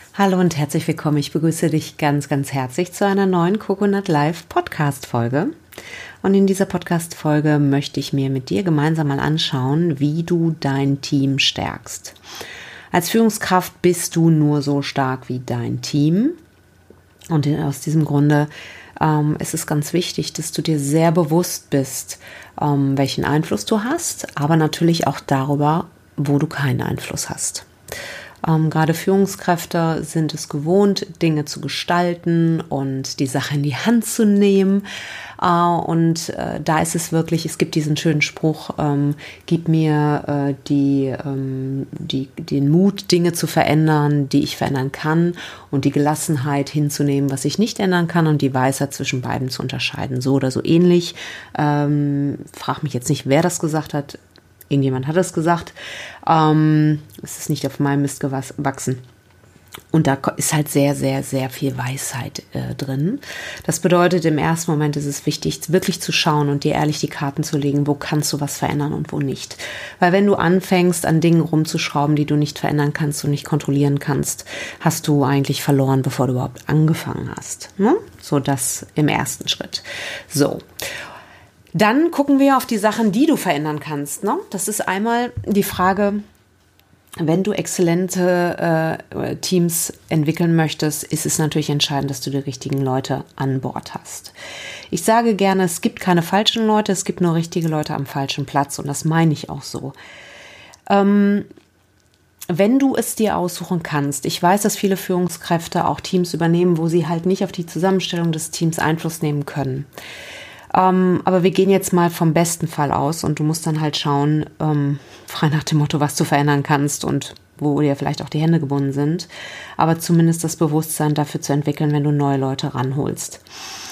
Hallo und herzlich willkommen. Ich begrüße dich ganz, ganz herzlich zu einer neuen Coconut Live Podcast-Folge. Und in dieser Podcast-Folge möchte ich mir mit dir gemeinsam mal anschauen, wie du dein Team stärkst. Als Führungskraft bist du nur so stark wie dein Team. Und aus diesem Grunde ist es ganz wichtig, dass du dir sehr bewusst bist, welchen Einfluss du hast, aber natürlich auch darüber, wo du keinen Einfluss hast. Gerade Führungskräfte sind es gewohnt, Dinge zu gestalten und die Sache in die Hand zu nehmen. Da ist es wirklich, es gibt diesen schönen Spruch, gib mir den Mut, Dinge zu verändern, die ich verändern kann, und die Gelassenheit hinzunehmen, was ich nicht ändern kann, und die Weisheit zwischen beiden zu unterscheiden. So oder so ähnlich. Frag mich jetzt nicht, wer das gesagt hat. Irgendjemand hat es gesagt. Es ist nicht auf meinem Mist gewachsen. Und da ist halt sehr, sehr, sehr viel Weisheit drin. Das bedeutet, im ersten Moment ist es wichtig, wirklich zu schauen und dir ehrlich die Karten zu legen, wo kannst du was verändern und wo nicht. Weil wenn du anfängst, an Dingen rumzuschrauben, die du nicht verändern kannst und nicht kontrollieren kannst, hast du eigentlich verloren, bevor du überhaupt angefangen hast. Ne? So das im ersten Schritt. So. Dann gucken wir auf die Sachen, die du verändern kannst. Ne? Das ist einmal die Frage, wenn du exzellente Teams entwickeln möchtest, ist es natürlich entscheidend, dass du die richtigen Leute an Bord hast. Ich sage gerne, es gibt keine falschen Leute, es gibt nur richtige Leute am falschen Platz, und das meine ich auch so. Wenn du es dir aussuchen kannst, ich weiß, dass viele Führungskräfte auch Teams übernehmen, wo sie halt nicht auf die Zusammenstellung des Teams Einfluss nehmen können. Aber wir gehen jetzt mal vom besten Fall aus, und du musst dann halt schauen, frei nach dem Motto, was du verändern kannst und wo dir vielleicht auch die Hände gebunden sind, aber zumindest das Bewusstsein dafür zu entwickeln, wenn du neue Leute ranholst.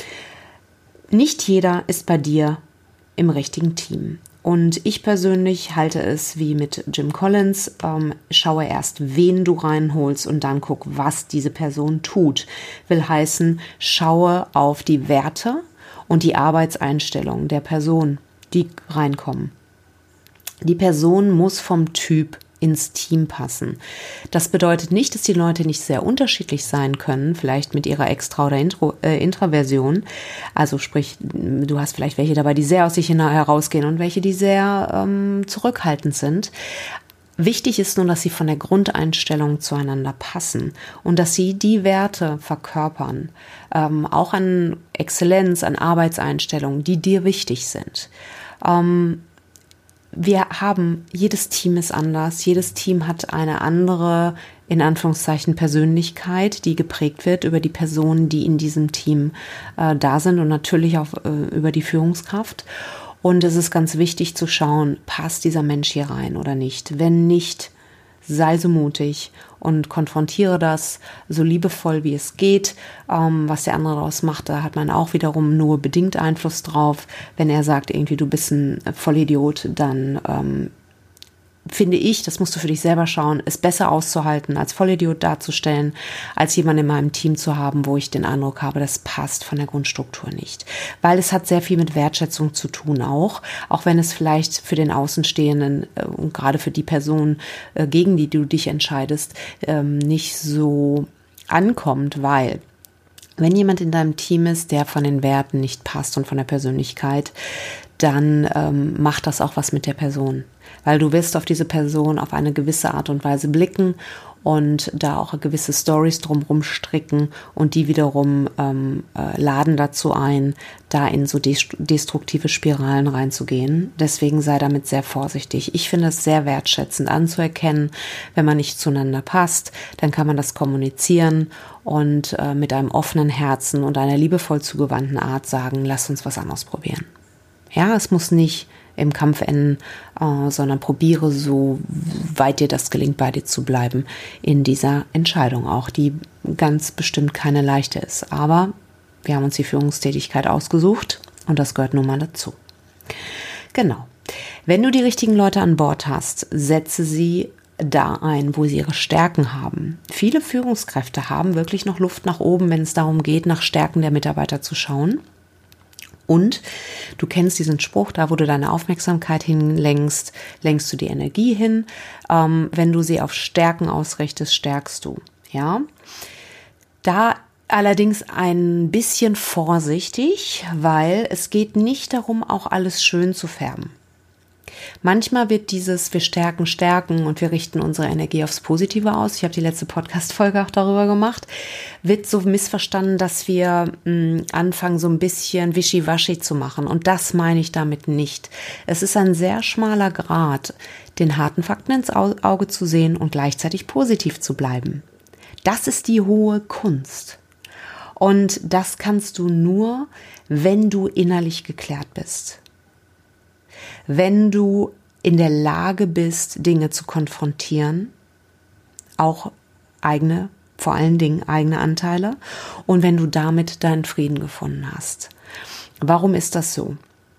Nicht jeder ist bei dir im richtigen Team. Und ich persönlich halte es wie mit Jim Collins, schaue erst, wen du reinholst, und dann guck, was diese Person tut. Will heißen, schaue auf die Werte und die Arbeitseinstellung der Person, die reinkommen. Die Person muss vom Typ ins Team passen. Das bedeutet nicht, dass die Leute nicht sehr unterschiedlich sein können, vielleicht mit ihrer Extra- oder Introversion. Also sprich, du hast vielleicht welche dabei, die sehr aus sich herausgehen, und welche, die sehr zurückhaltend sind. Wichtig ist nur, dass sie von der Grundeinstellung zueinander passen und dass sie die Werte verkörpern, auch an Exzellenz, an Arbeitseinstellungen, die dir wichtig sind. Jedes Team ist anders, jedes Team hat eine andere, in Anführungszeichen, Persönlichkeit, die geprägt wird über die Personen, die in diesem Team da sind, und natürlich auch über die Führungskraft. Und es ist ganz wichtig zu schauen, passt dieser Mensch hier rein oder nicht. Wenn nicht, sei so mutig und konfrontiere das so liebevoll wie es geht. Was der andere daraus macht, da hat man auch wiederum nur bedingt Einfluss drauf. Wenn er sagt, irgendwie du bist ein Vollidiot, dann finde ich, das musst du für dich selber schauen, ist besser auszuhalten, als Vollidiot darzustellen, als jemanden in meinem Team zu haben, wo ich den Eindruck habe, das passt von der Grundstruktur nicht. Weil es hat sehr viel mit Wertschätzung zu tun auch wenn es vielleicht für den Außenstehenden und gerade für die Person, gegen die du dich entscheidest, nicht so ankommt, weil wenn jemand in deinem Team ist, der von den Werten nicht passt und von der Persönlichkeit, dann macht das auch was mit der Person. Weil du wirst auf diese Person auf eine gewisse Art und Weise blicken und da auch gewisse Storys drumherum stricken, und die wiederum laden dazu ein, da in so destruktive Spiralen reinzugehen. Deswegen sei damit sehr vorsichtig. Ich finde es sehr wertschätzend anzuerkennen, wenn man nicht zueinander passt, dann kann man das kommunizieren und mit einem offenen Herzen und einer liebevoll zugewandten Art sagen, lass uns was anderes probieren. Ja, es muss nicht im Kampf enden, sondern probiere, so weit dir das gelingt, bei dir zu bleiben in dieser Entscheidung auch, die ganz bestimmt keine leichte ist. Aber wir haben uns die Führungstätigkeit ausgesucht, und das gehört nun mal dazu. Genau. Wenn du die richtigen Leute an Bord hast, setze sie da ein, wo sie ihre Stärken haben. Viele Führungskräfte haben wirklich noch Luft nach oben, wenn es darum geht, nach Stärken der Mitarbeiter zu schauen. Und du kennst diesen Spruch, da wo du deine Aufmerksamkeit hinlenkst, lenkst du die Energie hin. Wenn du sie auf Stärken ausrichtest, stärkst du. Ja, da allerdings ein bisschen vorsichtig, weil es geht nicht darum, auch alles schön zu färben. Manchmal wird dieses wir stärken und wir richten unsere Energie aufs Positive aus. Ich habe die letzte Podcast-Folge auch darüber gemacht. Wird so missverstanden, dass wir anfangen, so ein bisschen wischiwaschi zu machen. Und das meine ich damit nicht. Es ist ein sehr schmaler Grat, den harten Fakten ins Auge zu sehen und gleichzeitig positiv zu bleiben. Das ist die hohe Kunst. Und das kannst du nur, wenn du innerlich geklärt bist. Wenn du in der Lage bist, Dinge zu konfrontieren, auch vor allen Dingen eigene Anteile, und wenn du damit deinen Frieden gefunden hast. Warum ist das so?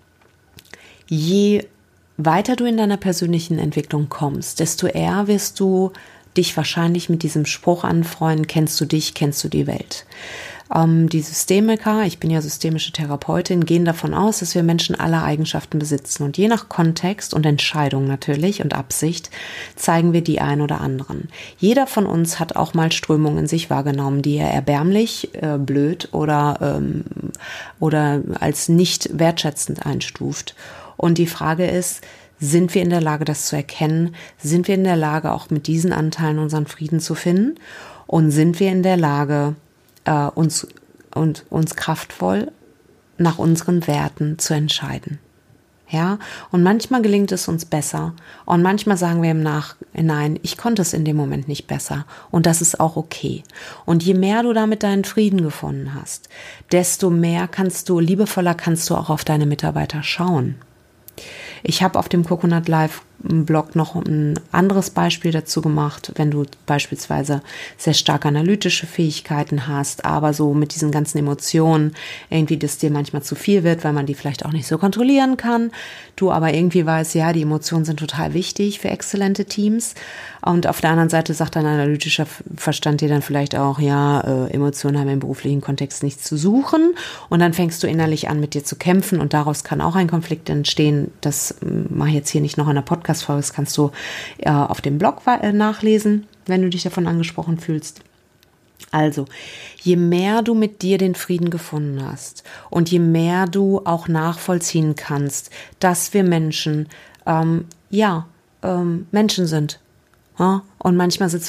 Je weiter du in deiner persönlichen Entwicklung kommst, desto eher wirst du dich wahrscheinlich mit diesem Spruch anfreunden: kennst du dich, kennst du die Welt. Die Systemiker, ich bin ja systemische Therapeutin, gehen davon aus, dass wir Menschen alle Eigenschaften besitzen. Und je nach Kontext und Entscheidung natürlich und Absicht zeigen wir die ein oder anderen. Jeder von uns hat auch mal Strömungen in sich wahrgenommen, die er erbärmlich, blöd oder als nicht wertschätzend einstuft. Und die Frage ist, sind wir in der Lage, das zu erkennen? Sind wir in der Lage, auch mit diesen Anteilen unseren Frieden zu finden? Und sind wir in der Lage, uns kraftvoll nach unseren Werten zu entscheiden? Ja, und manchmal gelingt es uns besser und manchmal sagen wir im Nachhinein, ich konnte es in dem Moment nicht besser, und das ist auch okay. Und je mehr du damit deinen Frieden gefunden hast, desto liebevoller kannst du auch auf deine Mitarbeiter schauen. Ich habe auf dem Coconut Live Blog noch ein anderes Beispiel dazu gemacht, wenn du beispielsweise sehr stark analytische Fähigkeiten hast, aber so mit diesen ganzen Emotionen irgendwie das dir manchmal zu viel wird, weil man die vielleicht auch nicht so kontrollieren kann. Du aber irgendwie weißt, ja, die Emotionen sind total wichtig für exzellente Teams. Und auf der anderen Seite sagt dein analytischer Verstand dir dann vielleicht auch, ja, Emotionen haben im beruflichen Kontext nichts zu suchen. Und dann fängst du innerlich an, mit dir zu kämpfen, und daraus kann auch ein Konflikt entstehen. Das mache ich jetzt hier nicht noch in der Podcast-Folge, das kannst du auf dem Blog nachlesen, wenn du dich davon angesprochen fühlst. Also, je mehr du mit dir den Frieden gefunden hast und je mehr du auch nachvollziehen kannst, dass wir Menschen, Menschen sind. Ja? Und manchmal sind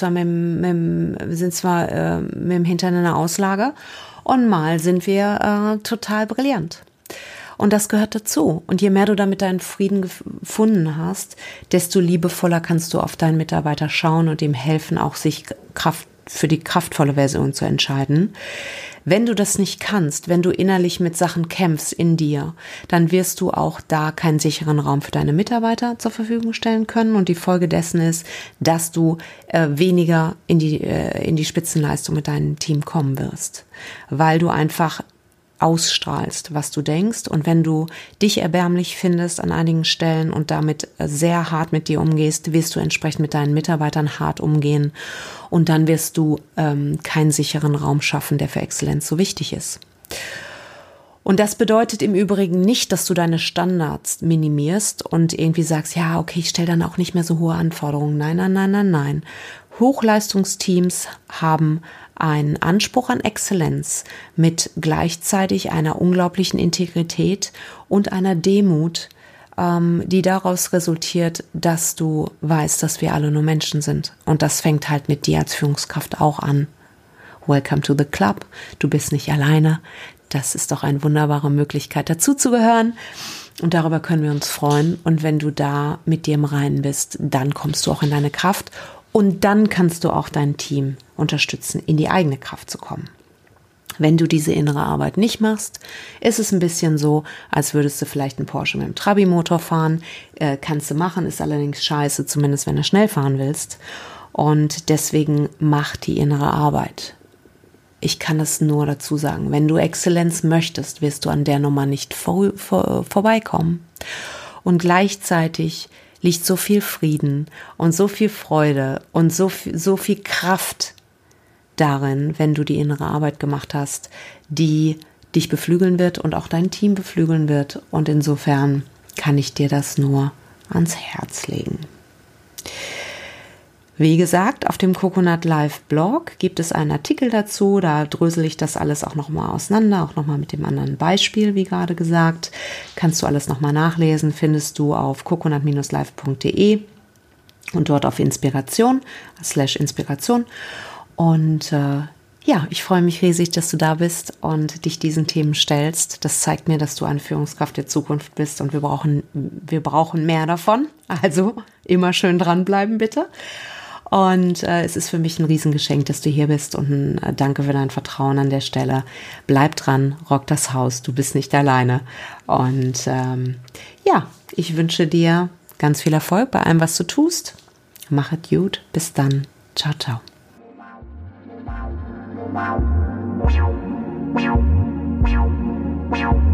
wir mit dem Hintern in der Auslage und mal sind wir total brillant. Und das gehört dazu. Und je mehr du damit deinen Frieden gefunden hast, desto liebevoller kannst du auf deinen Mitarbeiter schauen und ihm helfen, auch sich für die kraftvolle Version zu entscheiden. Wenn du das nicht kannst, wenn du innerlich mit Sachen kämpfst in dir, dann wirst du auch da keinen sicheren Raum für deine Mitarbeiter zur Verfügung stellen können. Und die Folge dessen ist, dass du weniger in die Spitzenleistung mit deinem Team kommen wirst, weil du einfach ausstrahlst, was du denkst. Und wenn du dich erbärmlich findest an einigen Stellen und damit sehr hart mit dir umgehst, wirst du entsprechend mit deinen Mitarbeitern hart umgehen. Und dann wirst du keinen sicheren Raum schaffen, der für Exzellenz so wichtig ist. Und das bedeutet im Übrigen nicht, dass du deine Standards minimierst und irgendwie sagst, ja, okay, ich stelle dann auch nicht mehr so hohe Anforderungen. Nein. Hochleistungsteams haben einen Anspruch an Exzellenz mit gleichzeitig einer unglaublichen Integrität und einer Demut, die daraus resultiert, dass du weißt, dass wir alle nur Menschen sind. Und das fängt halt mit dir als Führungskraft auch an. Welcome to the club. Du bist nicht alleine. Das ist doch eine wunderbare Möglichkeit, dazuzugehören. Und darüber können wir uns freuen. Und wenn du da mit dir im Reinen bist, dann kommst du auch in deine Kraft. Und dann kannst du auch dein Team unterstützen, in die eigene Kraft zu kommen. Wenn du diese innere Arbeit nicht machst, ist es ein bisschen so, als würdest du vielleicht einen Porsche mit einem Trabi-Motor fahren. Kannst du machen, ist allerdings scheiße, zumindest wenn du schnell fahren willst. Und deswegen mach die innere Arbeit. Ich kann es nur dazu sagen, wenn du Exzellenz möchtest, wirst du an der Nummer nicht vorbeikommen. Und gleichzeitig liegt so viel Frieden und so viel Freude und so viel Kraft darin, wenn du die innere Arbeit gemacht hast, die dich beflügeln wird und auch dein Team beflügeln wird. Und insofern kann ich dir das nur ans Herz legen. Wie gesagt, auf dem Coconut Live Blog gibt es einen Artikel dazu, da drösel ich das alles auch nochmal auseinander, auch nochmal mit dem anderen Beispiel, wie gerade gesagt. Kannst du alles nochmal nachlesen, findest du auf coconut-live.de und dort auf Inspiration, /Inspiration. Und ja, ich freue mich riesig, dass du da bist und dich diesen Themen stellst. Das zeigt mir, dass du eine Führungskraft der Zukunft bist und wir brauchen mehr davon. Also immer schön dranbleiben, bitte. Und es ist für mich ein Riesengeschenk, dass du hier bist und ein Danke für dein Vertrauen an der Stelle. Bleib dran, rock das Haus, du bist nicht alleine. Und ja, ich wünsche dir ganz viel Erfolg bei allem, was du tust. Mach es gut, bis dann. Ciao, ciao. Wow.